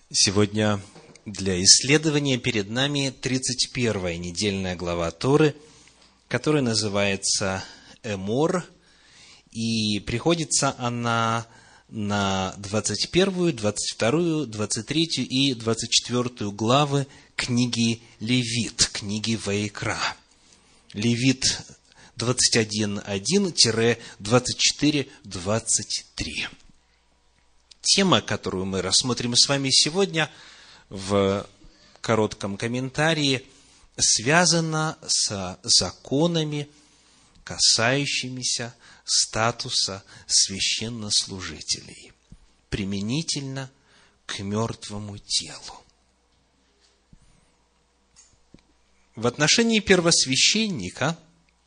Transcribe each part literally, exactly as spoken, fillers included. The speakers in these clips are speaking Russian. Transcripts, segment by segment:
Сегодня для исследования перед нами тридцать первая недельная глава Торы, которая называется Эмор, и приходится она на двадцать первую, двадцать вторую, двадцать третью и двадцать четвертую главы книги Левит, книги Ваикра. Левит двадцать один один - двадцать четыре двадцать три. Тема, которую мы рассмотрим с вами сегодня в коротком комментарии, связана с законами, касающимися статуса священнослужителей, применительно к мертвому телу. В отношении первосвященника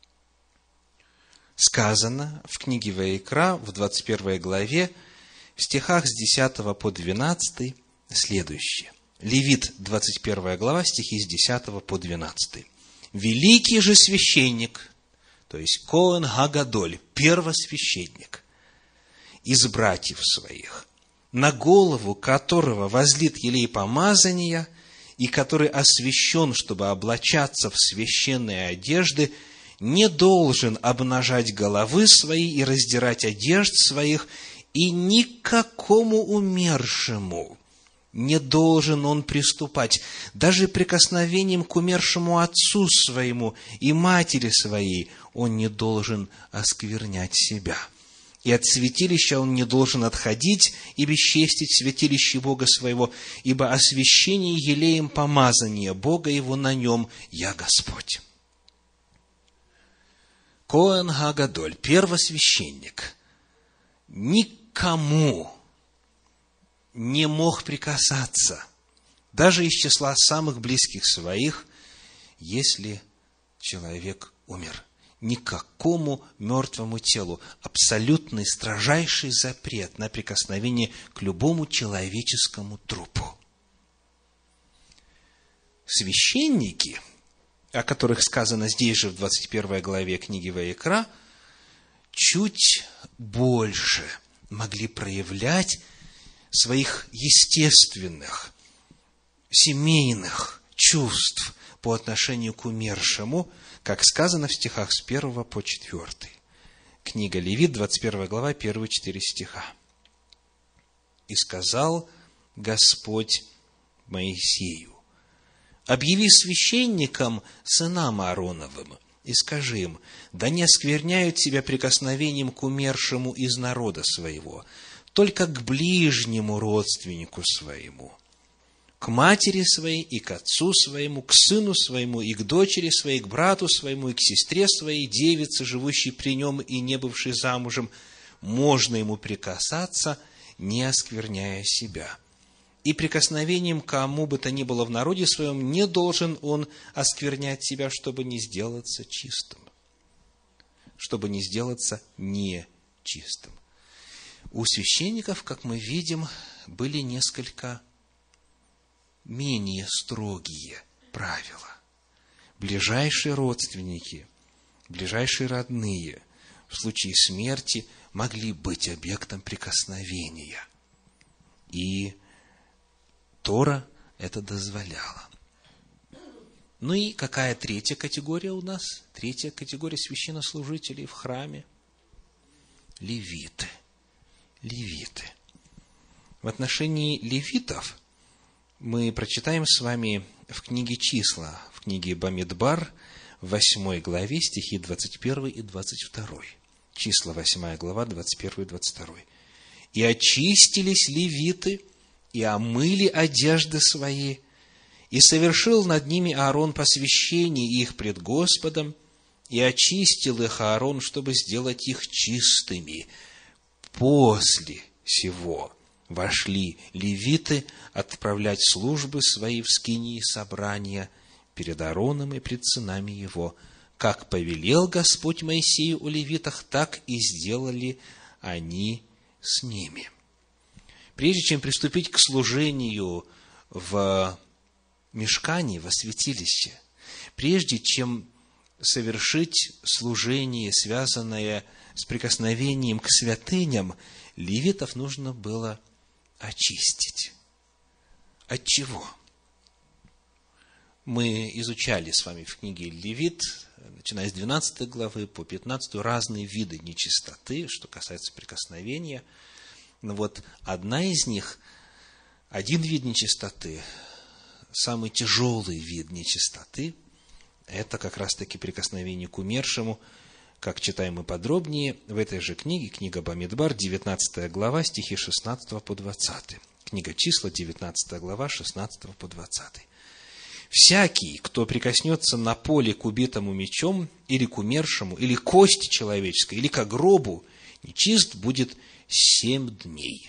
сказано в книге Ваикра в двадцать первой главе, в стихах с десятого по двенадцатый следующее. Левит, двадцать первая глава, стихи с десятого по двенадцатый. «Великий же священник, то есть Коэн Гагадоль, первосвященник, из братьев своих, на голову которого возлит елей помазания, и который освящен, чтобы облачаться в священные одежды, не должен обнажать головы свои и раздирать одежд своих, и никакому умершему не должен он приступать, даже прикосновением к умершему отцу своему и матери своей он не должен осквернять себя. И от святилища он не должен отходить и бесчестить святилище Бога своего, ибо освящение елеем помазания Бога его на нем я Господь». Коэн Гагадоль, первосвященник, никому не мог прикасаться, даже из числа самых близких своих, если человек умер. Никакому мертвому телу. Абсолютный, строжайший запрет на прикосновение к любому человеческому трупу. Священники, о которых сказано здесь же в двадцать первой главе книги Ваикра, чуть больше могли проявлять своих естественных, семейных чувств по отношению к умершему, как сказано в стихах с первого по четвертый. Книга Левит, двадцать первая глава, первые четыре стиха. «И сказал Господь Моисею: объяви священникам, сынам Аароновым, и скажи им: да не оскверняют себя прикосновением к умершему из народа своего, только к ближнему родственнику своему, к матери своей и к отцу своему, к сыну своему и к дочери своей, к брату своему и к сестре своей, девице, живущей при нем и не бывшей замужем, можно ему прикасаться, не оскверняя себя. И прикосновением к кому бы то ни было в народе своем не должен он осквернять себя, чтобы не сделаться чистым. Чтобы не сделаться нечистым». У священников, как мы видим, были несколько менее строгие правила. Ближайшие родственники, ближайшие родные в случае смерти могли быть объектом прикосновения. И Тора это дозволяла. Ну и какая третья категория у нас? Третья категория священнослужителей в храме? Левиты. Левиты. В отношении левитов мы прочитаем с вами в книге «Числа», в книге Бамидбар, в восьмой главе, стихи двадцать первый и двадцать второй. Числа, восьмая глава, двадцать первый и двадцать второй. «И очистились левиты, и омыли одежды свои, и совершил над ними Аарон посвящение их пред Господом, и очистил их Аарон, чтобы сделать их чистыми. После сего вошли левиты отправлять службы свои в скинии собрания перед Аароном и пред сынами его. Как повелел Господь Моисею о левитах, так и сделали они с ними». Прежде чем приступить к служению в мишкане, во святилище, прежде чем совершить служение, связанное с прикосновением к святыням, левитов нужно было очистить. От чего? Мы изучали с вами в книге Левит, начиная с двенадцатой главы по пятнадцатую, разные виды нечистоты, что касается прикосновения. Но вот одна из них, один вид нечистоты, самый тяжелый вид нечистоты, это как раз-таки прикосновение к умершему, как читаем мы подробнее в этой же книге, книга Бамидбар, девятнадцатая глава, стихи шестнадцатого по двадцатый. Книга Числа, девятнадцатая глава, шестнадцатого по двадцатый. «Всякий, кто прикоснется на поле к убитому мечом, или к умершему, или к кости человеческой, или к гробу, нечист будет семь дней.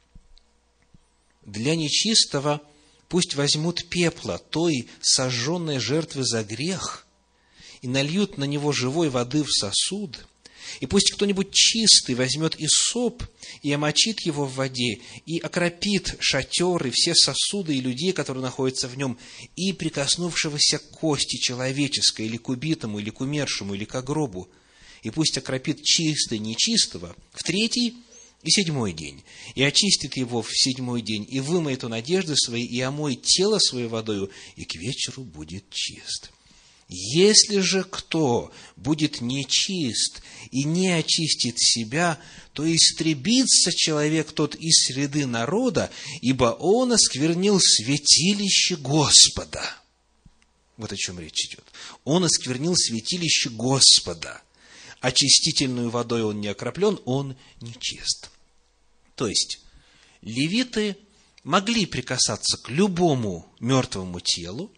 Для нечистого пусть возьмут пепла той сожженной жертвы за грех и нальют на него живой воды в сосуд, и пусть кто-нибудь чистый возьмет исоп и омочит его в воде, и окропит шатер и все сосуды и людей, которые находятся в нем, и прикоснувшегося к кости человеческой, или к убитому, или к умершему, или к гробу, и пусть окропит чистый нечистого в третий и седьмой день, и очистит его в седьмой день, и вымоет он одежды свои, и омоет тело свое водою, и к вечеру будет чист. Если же кто будет нечист и не очистит себя, то истребится человек тот из среды народа, ибо он осквернил святилище Господа». Вот о чем речь идет. Он осквернил святилище Господа. Очистительную водой он не окроплен, он нечист. То есть, левиты могли прикасаться к любому мертвому телу,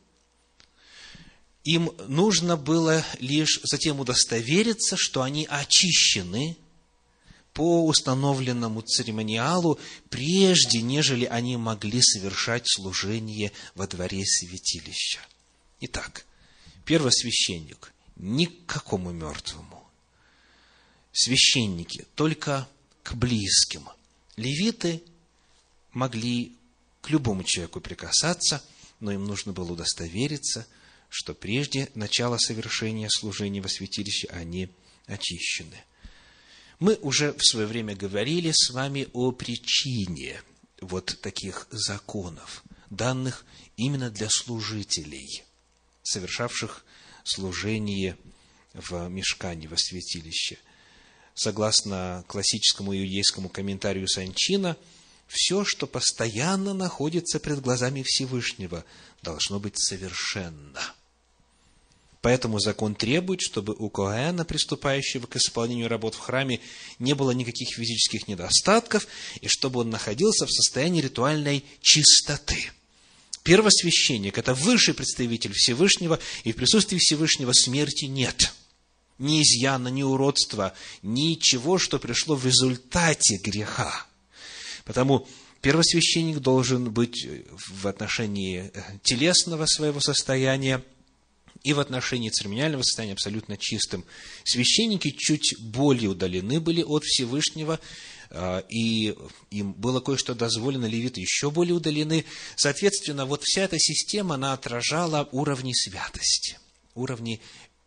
им нужно было лишь затем удостовериться, что они очищены по установленному церемониалу, прежде нежели они могли совершать служение во дворе святилища. Итак, первосвященник ни к какому мертвому. Священники только к близким. Левиты могли к любому человеку прикасаться, но им нужно было удостовериться, что прежде начала совершения служения во святилище они очищены. Мы уже в свое время говорили с вами о причине вот таких законов, данных именно для служителей, совершавших служение в мишкане, во святилище. Согласно классическому иудейскому комментарию Санчина, все, что постоянно находится пред глазами Всевышнего, должно быть совершенно. Поэтому закон требует, чтобы у коэна, приступающего к исполнению работ в храме, не было никаких физических недостатков, и чтобы он находился в состоянии ритуальной чистоты. Первосвященник – это высший представитель Всевышнего, и в присутствии Всевышнего смерти нет. Ни изъяна, ни уродства, ничего, что пришло в результате греха. Потому первосвященник должен быть в отношении телесного своего состояния и в отношении церемониального состояния абсолютно чистым. Священники чуть более удалены были от Всевышнего, и им было кое-что дозволено, левиты еще более удалены. Соответственно, вот вся эта система, она отражала уровни святости, уровни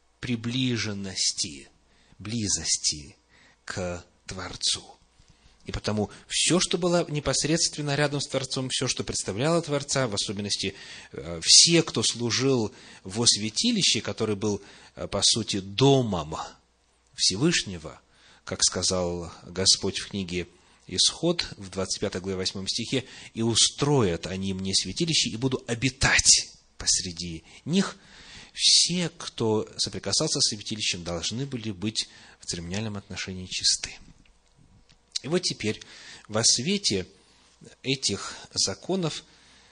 приближенности, близости к Творцу. И потому все, что было непосредственно рядом с Творцом, все, что представляло Творца, в особенности все, кто служил во святилище, который был, по сути, домом Всевышнего, как сказал Господь в книге Исход, в двадцать пятой главе восьмом стихе, «И устроят они мне святилище, и буду обитать посреди них». Все, кто соприкасался с святилищем, должны были быть в церемониальном отношении чисты. И вот теперь, во свете этих законов,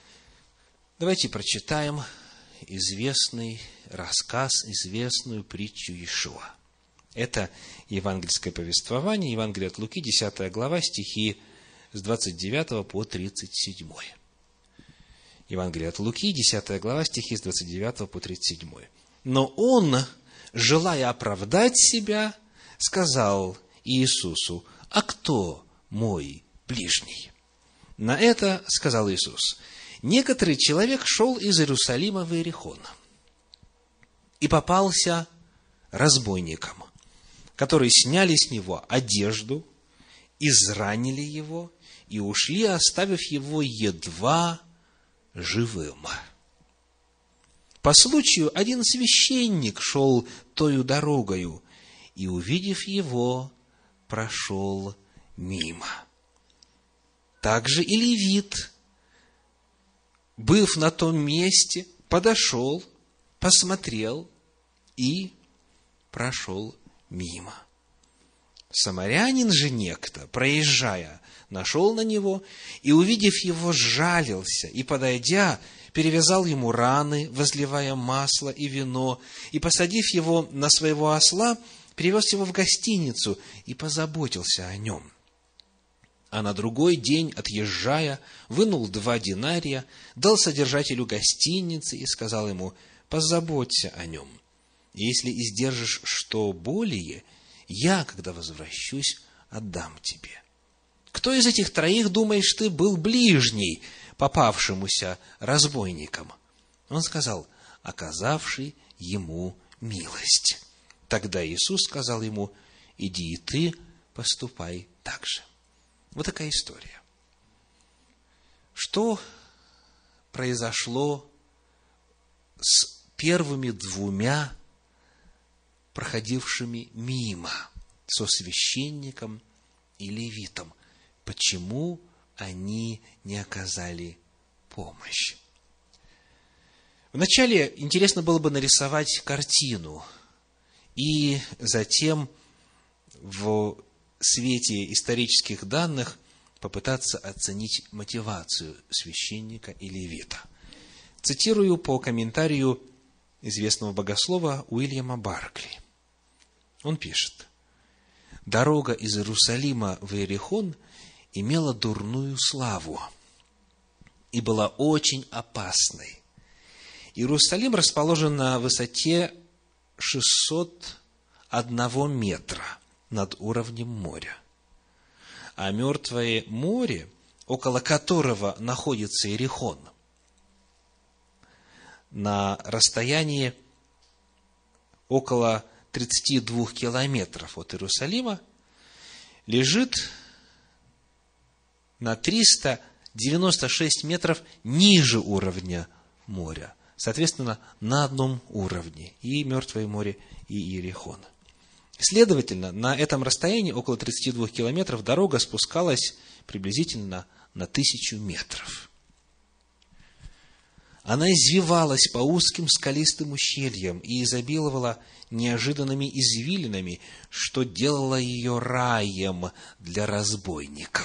давайте прочитаем известный рассказ, известную притчу Иешуа. Это евангельское повествование, Евангелие от Луки, десятая глава, стихи с двадцать девятого по тридцать седьмой. Евангелие от Луки, десятая глава, стихи с двадцать девятого по тридцать седьмой. «Но он, желая оправдать себя, сказал Иисусу: а кто мой ближний?» На это сказал Иисус: некоторый человек шел из Иерусалима в Иерихон и попался разбойникам, которые сняли с него одежду, изранили его и ушли, оставив его едва живым. По случаю один священник шел тою дорогою, и, увидев его, прошел мимо. Также и левит, быв на том месте, подошел, посмотрел и прошел мимо. Самарянин же некто, проезжая, нашел на него и, увидев его, сжалился и, подойдя, перевязал ему раны, возливая масло и вино, и, посадив его на своего осла, привез его в гостиницу и позаботился о нем. А на другой день, отъезжая, вынул два динария, дал содержателю гостиницы и сказал ему: позаботься о нем. Если издержишь что более, я, когда возвращусь, отдам тебе. Кто из этих троих, думаешь ты, был ближний попавшемуся разбойникам? Он сказал: оказавший ему милость. Тогда Иисус сказал ему: иди и ты поступай так же. Вот такая история. Что произошло с первыми двумя проходившими мимо, со священником и левитом? Почему они не оказали помощь? Вначале интересно было бы нарисовать картину, и затем в свете исторических данных попытаться оценить мотивацию священника и левита. Цитирую по комментарию известного богослова Уильяма Баркли. Он пишет: «Дорога из Иерусалима в Иерихон имела дурную славу и была очень опасной. Иерусалим расположен на высоте шестьсот одного метра над уровнем моря, а Мертвое море, около которого находится Иерихон, на расстоянии около тридцати двух километров от Иерусалима, лежит на триста девяносто шесть метров ниже уровня моря. Соответственно, на одном уровне и Мертвое море, и Иерихон. Следовательно, на этом расстоянии, около тридцати двух километров, дорога спускалась приблизительно на тысячу метров. Она извивалась по узким скалистым ущельям и изобиловала неожиданными извилинами, что делало ее раем для разбойников.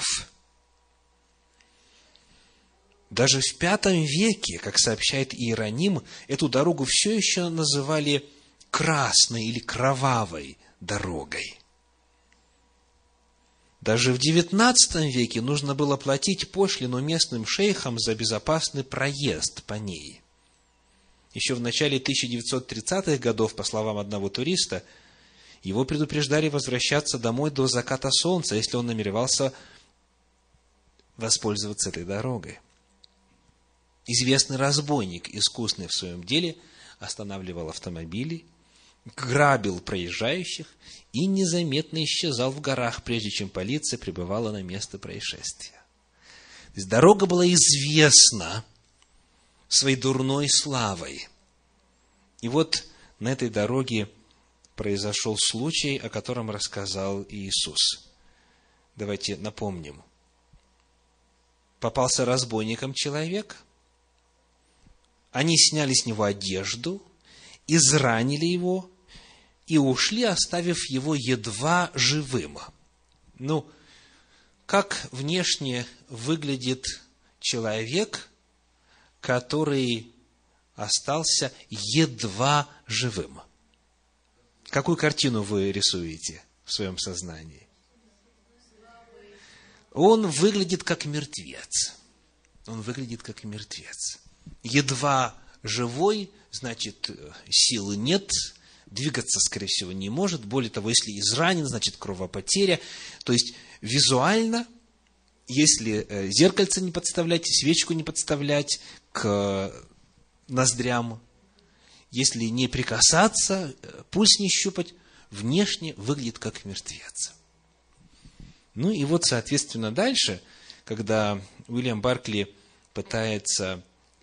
Даже в пятом веке, как сообщает Иероним, эту дорогу все еще называли красной или кровавой дорогой. Даже в девятнадцатом веке нужно было платить пошлину местным шейхам за безопасный проезд по ней. Еще в начале тысяча девятьсот тридцатых годов, по словам одного туриста, его предупреждали возвращаться домой до заката солнца, если он намеревался воспользоваться этой дорогой. Известный разбойник, искусный в своем деле, останавливал автомобили, грабил проезжающих и незаметно исчезал в горах, прежде чем полиция прибывала на место происшествия. То есть дорога была известна своей дурной славой. И вот на этой дороге произошел случай, о котором рассказал Иисус. Давайте напомним. Попался разбойником человек, они сняли с него одежду, изранили его и ушли, оставив его едва живым. Ну, как внешне выглядит человек, который остался едва живым? Какую картину вы рисуете в своем сознании? Он выглядит как мертвец. Он выглядит как мертвец. Едва живой, значит, силы нет, двигаться, скорее всего, не может. Более того, если изранен, значит, кровопотеря. То есть, визуально, если зеркальце не подставлять, свечку не подставлять к ноздрям, если не прикасаться, пульс не щупать, внешне выглядит как мертвец. Ну и вот, соответственно, дальше, когда Уильям Баркли пытается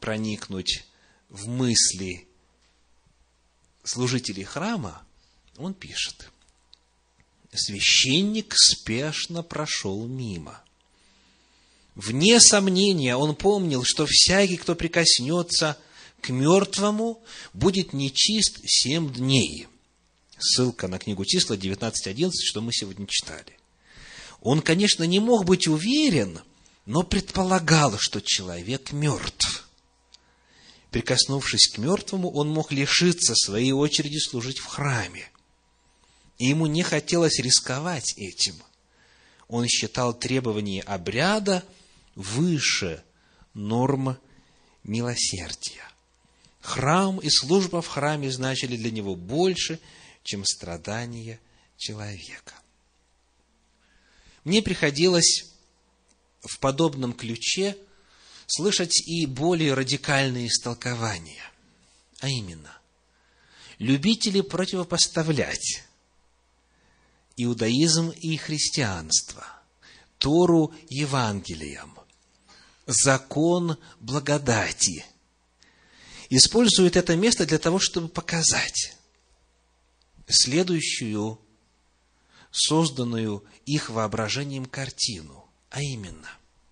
проникнуть в мысли служителей храма, он пишет: священник спешно прошел мимо. Вне сомнения, он помнил, что всякий, кто прикоснется к мертвому, будет нечист семь дней. Ссылка на книгу Числа девятнадцать одиннадцать, что мы сегодня читали. Он, конечно, не мог быть уверен, но предполагал, что человек мертв. Прикоснувшись к мертвому, он мог лишиться своей очереди служить в храме. И ему не хотелось рисковать этим. Он считал требования обряда выше норм милосердия. Храм и служба в храме значили для него больше, чем страдания человека. Мне приходилось в подобном ключе слышать и более радикальные истолкования. А именно, любители противопоставлять иудаизм и христианство, Тору Евангелиям, закон благодати, используют это место для того, чтобы показать следующую, созданную их воображением картину, а именно,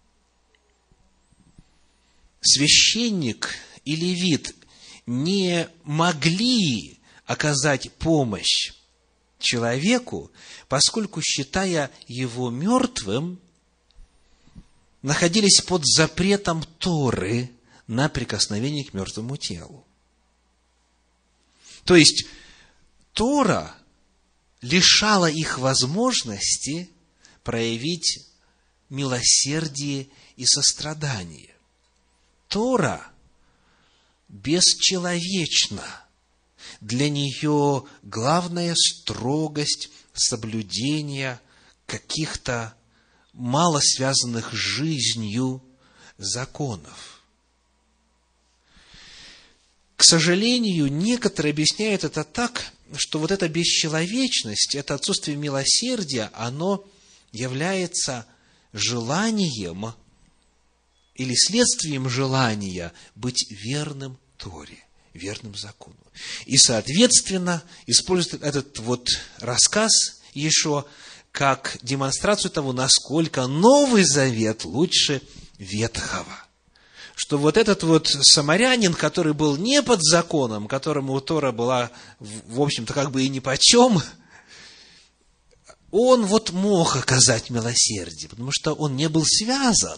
священник и левит не могли оказать помощь человеку, поскольку, считая его мертвым, находились под запретом Торы на прикосновение к мертвому телу. То есть, Тора лишала их возможности проявить милосердие и сострадание. Тора бесчеловечна. Для нее главная строгость соблюдения каких-то мало связанных с жизнью законов. К сожалению, некоторые объясняют это так, что вот эта бесчеловечность, это отсутствие милосердия, оно является желанием или следствием желания быть верным Торе, верным закону. И, соответственно, используют этот вот рассказ Иешуа как демонстрацию того, насколько Новый Завет лучше Ветхого. Что вот этот вот самарянин, который был не под законом, которому Тора была, в общем-то, как бы и нипочем, он вот мог оказать милосердие, потому что он не был связан.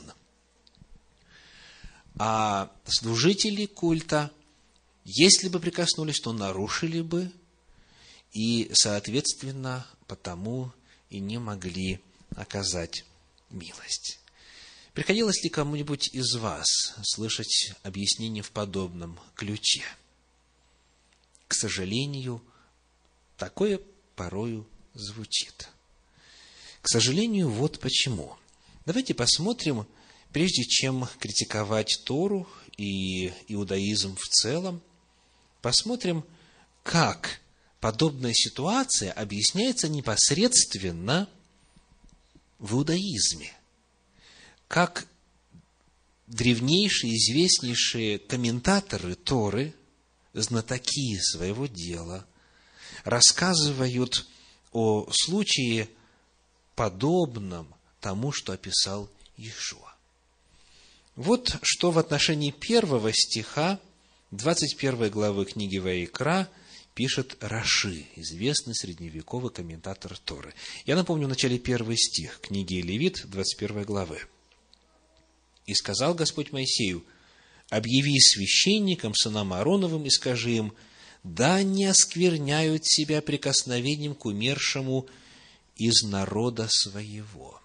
А служители культа, если бы прикоснулись, то нарушили бы, и, соответственно, потому и не могли оказать милость. Приходилось ли кому-нибудь из вас слышать объяснение в подобном ключе? К сожалению, такое порою звучит. К сожалению, вот почему. Давайте посмотрим, прежде чем критиковать Тору и иудаизм в целом, посмотрим, как подобная ситуация объясняется непосредственно в иудаизме. Как древнейшие, известнейшие комментаторы Торы, знатоки своего дела, рассказывают о случае, подобном тому, что описал Иешуа. Вот что в отношении первого стиха двадцать первой главы книги Ваикра пишет Раши, известный средневековый комментатор Торы. Я напомню в начале первый стих книги Левит, двадцать первой главы. «И сказал Господь Моисею: объяви священникам, сынам Аароновым, и скажи им: да не оскверняют себя прикосновением к умершему из народа своего».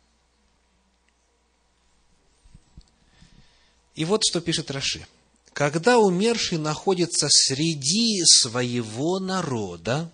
И вот что пишет Раши. Когда умерший находится среди своего народа,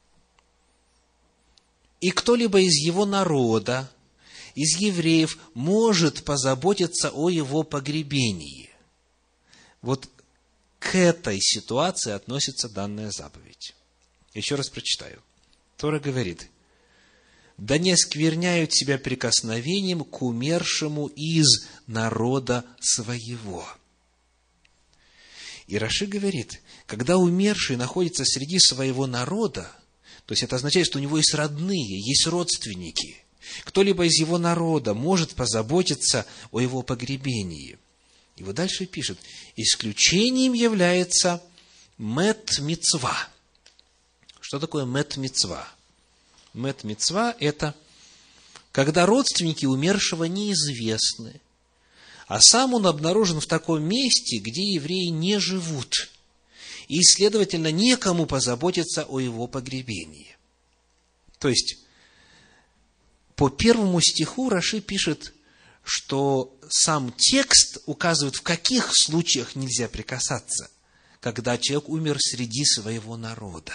и кто-либо из его народа, из евреев, может позаботиться о его погребении, вот к этой ситуации относится данная заповедь. Еще раз прочитаю. Тора говорит: да не оскверняют себя прикосновением к умершему из народа своего. И Раши говорит, когда умерший находится среди своего народа, то есть это означает, что у него есть родные, есть родственники, кто-либо из его народа может позаботиться о его погребении. И вот дальше пишет, исключением является мет-мицва. Что такое мет-мицва? Мет-мицва – это когда родственники умершего неизвестны, а сам он обнаружен в таком месте, где евреи не живут, и, следовательно, некому позаботиться о его погребении. То есть, по первому стиху Раши пишет, что сам текст указывает, в каких случаях нельзя прикасаться, когда человек умер среди своего народа.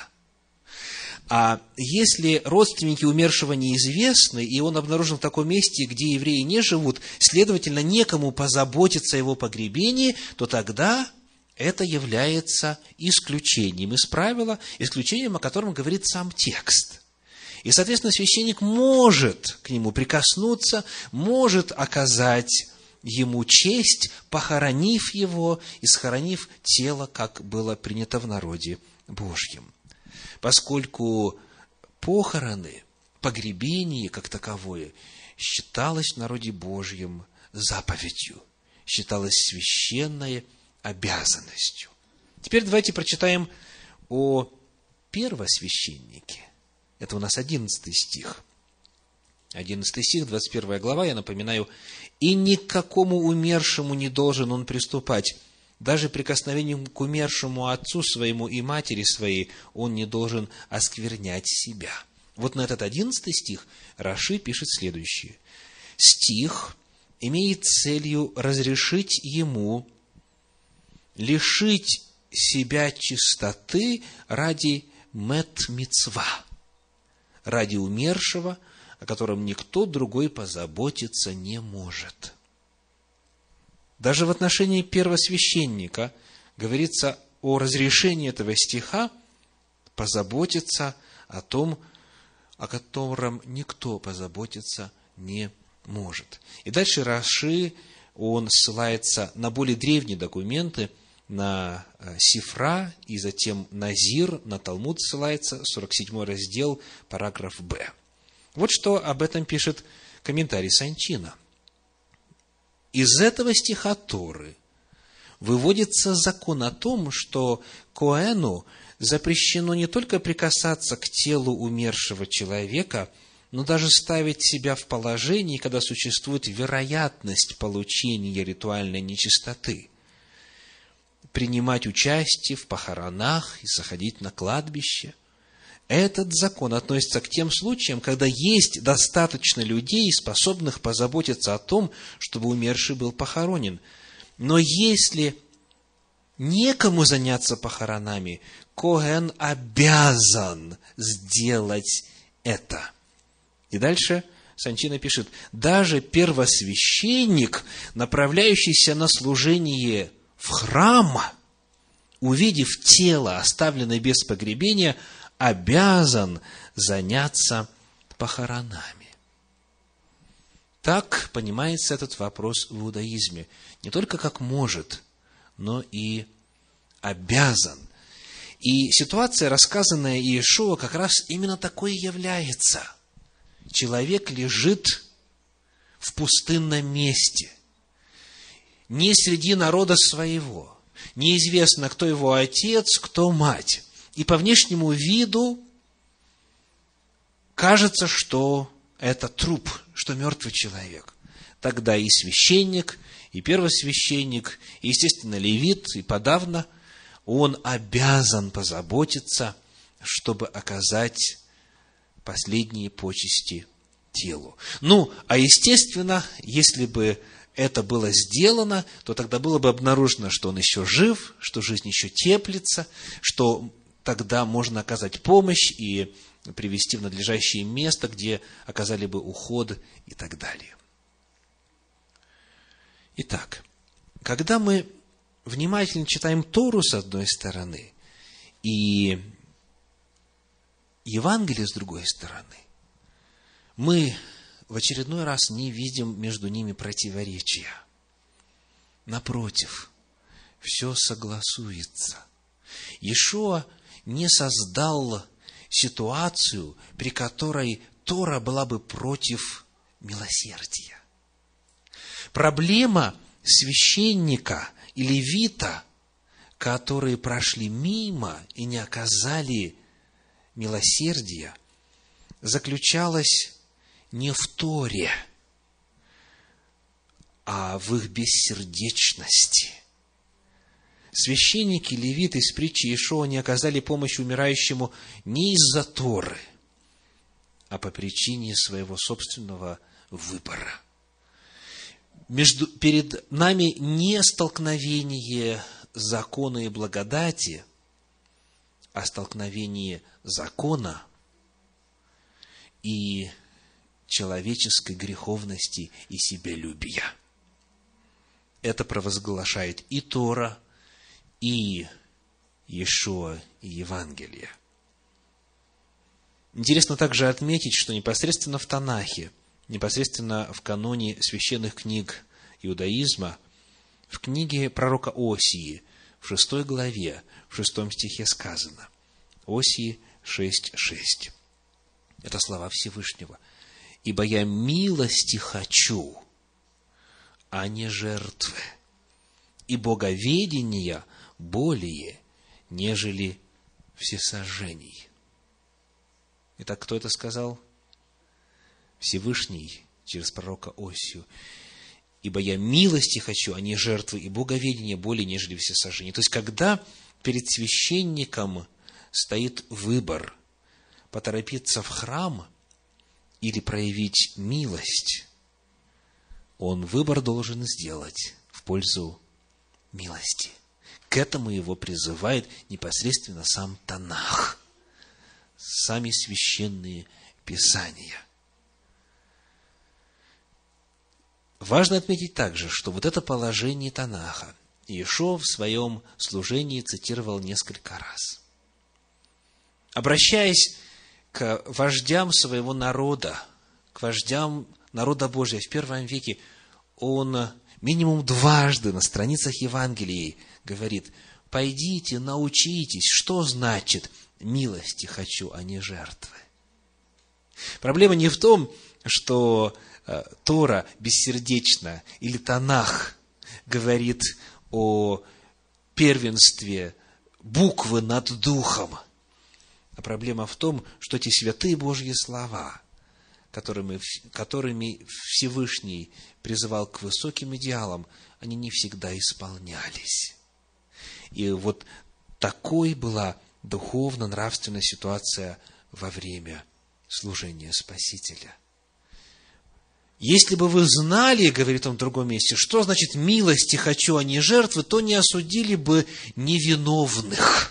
А если родственники умершего неизвестны, и он обнаружен в таком месте, где евреи не живут, следовательно, некому позаботиться о его погребении, то тогда это является исключением из правила, исключением, о котором говорит сам текст. И, соответственно, священник может к нему прикоснуться, может оказать ему честь, похоронив его и схоронив тело, как было принято в народе Божьем. Поскольку похороны, погребение как таковое считалось в народе Божьем заповедью, считалось священной обязанностью. Теперь давайте прочитаем о первосвященнике. Это у нас одиннадцатый стих. одиннадцатый стих, двадцать первая глава, я напоминаю. «И ни к какому умершему не должен он приступать. Даже прикосновением к умершему отцу своему и матери своей он не должен осквернять себя». Вот на этот одиннадцатый стих Раши пишет следующее. Стих имеет целью разрешить ему лишить себя чистоты ради мет-мицва, ради умершего, о котором никто другой позаботиться не может. Даже в отношении первосвященника говорится о разрешении этого стиха позаботиться о том, о котором никто позаботиться не может. И дальше Раши, он ссылается на более древние документы, на Сифра и затем на Зир, на Талмуд ссылается, сорок седьмой раздел, параграф Б. Вот что об этом пишет комментарий Санчина. Из этого стиха Торы выводится закон о том, что коэну запрещено не только прикасаться к телу умершего человека, но даже ставить себя в положении, когда существует вероятность получения ритуальной нечистоты, принимать участие в похоронах и заходить на кладбище. Этот закон относится к тем случаям, когда есть достаточно людей, способных позаботиться о том, чтобы умерший был похоронен. Но если некому заняться похоронами, коэн обязан сделать это. И дальше Санчина пишет, даже первосвященник, направляющийся на служение в храм, увидев тело, оставленное без погребения, обязан заняться похоронами. Так понимается этот вопрос в иудаизме. Не только как может, но и обязан. И ситуация, рассказанная Иешуа, как раз именно такой и является. Человек лежит в пустынном месте, не среди народа своего. Неизвестно, кто его отец, кто мать. И по внешнему виду кажется, что это труп, что мертвый человек. Тогда и священник, и первосвященник, и, естественно, левит, и подавно, он обязан позаботиться, чтобы оказать последние почести телу. Ну, а естественно, если бы это было сделано, то тогда было бы обнаружено, что он еще жив, что жизнь еще теплится, что тогда можно оказать помощь и привести в надлежащее место, где оказали бы уход и так далее. Итак, когда мы внимательно читаем Тору с одной стороны и Евангелие с другой стороны, мы в очередной раз не видим между ними противоречия. Напротив, все согласуется. Иешуа не создал ситуацию, при которой Тора была бы против милосердия. Проблема священника и левита, которые прошли мимо и не оказали милосердия, заключалась не в Торе, а в их бессердечности. Священники, левиты из притчи Иешуа не оказали помощь умирающему не из-за Торы, а по причине своего собственного выбора. Между, перед нами не столкновение закона и благодати, а столкновение закона и человеческой греховности и себялюбия. Это провозглашает и Тора, и Иешуа, и Евангелие. Интересно также отметить, что непосредственно в Танахе, непосредственно в каноне священных книг иудаизма, в книге пророка Осии, в шестой главе, в шестом стихе сказано, Осии шесть шесть. Это слова Всевышнего. «Ибо я милости хочу, а не жертвы, и боговедения более, нежели всесожжений». Итак, кто это сказал? Всевышний через пророка Осию. «Ибо я милости хочу, а не жертвы, и боговедения более, нежели всесожжения». То есть, когда перед священником стоит выбор поторопиться в храм или проявить милость, он выбор должен сделать в пользу милости. К этому его призывает непосредственно сам Танах, сами священные писания. Важно отметить также, что вот это положение Танаха Иешуа в своем служении цитировал несколько раз. Обращаясь к вождям своего народа, к вождям народа Божия в первом веке, он минимум дважды на страницах Евангелия говорит: «Пойдите, научитесь, что значит милости хочу, а не жертвы». Проблема не в том, что Тора бессердечна, или Танах говорит о первенстве буквы над духом. А проблема в том, что эти святые Божьи слова, которыми, которыми Всевышний призывал к высоким идеалам, они не всегда исполнялись. И вот такой была духовно-нравственная ситуация во время служения Спасителя. «Если бы вы знали, — говорит он в другом месте, — что значит милости хочу, а не жертвы, то не осудили бы невиновных».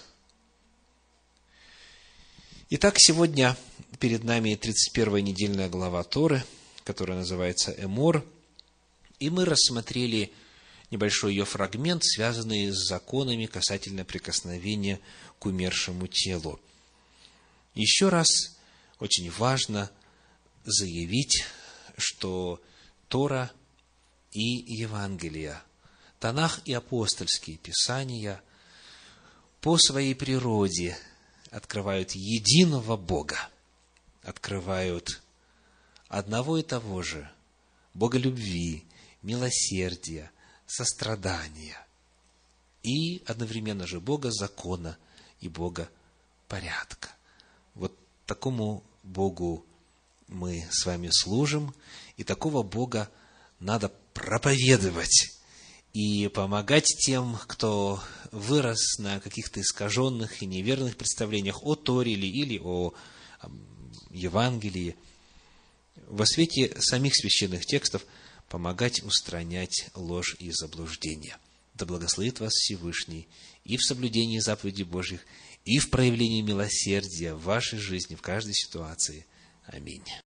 Итак, сегодня перед нами тридцать первая недельная глава Торы, которая называется Эмор, и мы рассмотрели небольшой ее фрагмент, связанный с законами касательно прикосновения к умершему телу. Еще раз очень важно заявить, что Тора и Евангелие, Танах и апостольские писания по своей природе открывают единого Бога, открывают одного и того же Бога любви, милосердия, сострадания и одновременно же Бога закона и Бога порядка. Вот такому Богу мы с вами служим, и такого Бога надо проповедовать и помогать тем, кто вырос на каких-то искаженных и неверных представлениях о Торе или о Евангелии. Во свете самих священных текстов помогать устранять ложь и заблуждение. Да благословит вас Всевышний и в соблюдении заповедей Божьих, и в проявлении милосердия в вашей жизни, в каждой ситуации. Аминь.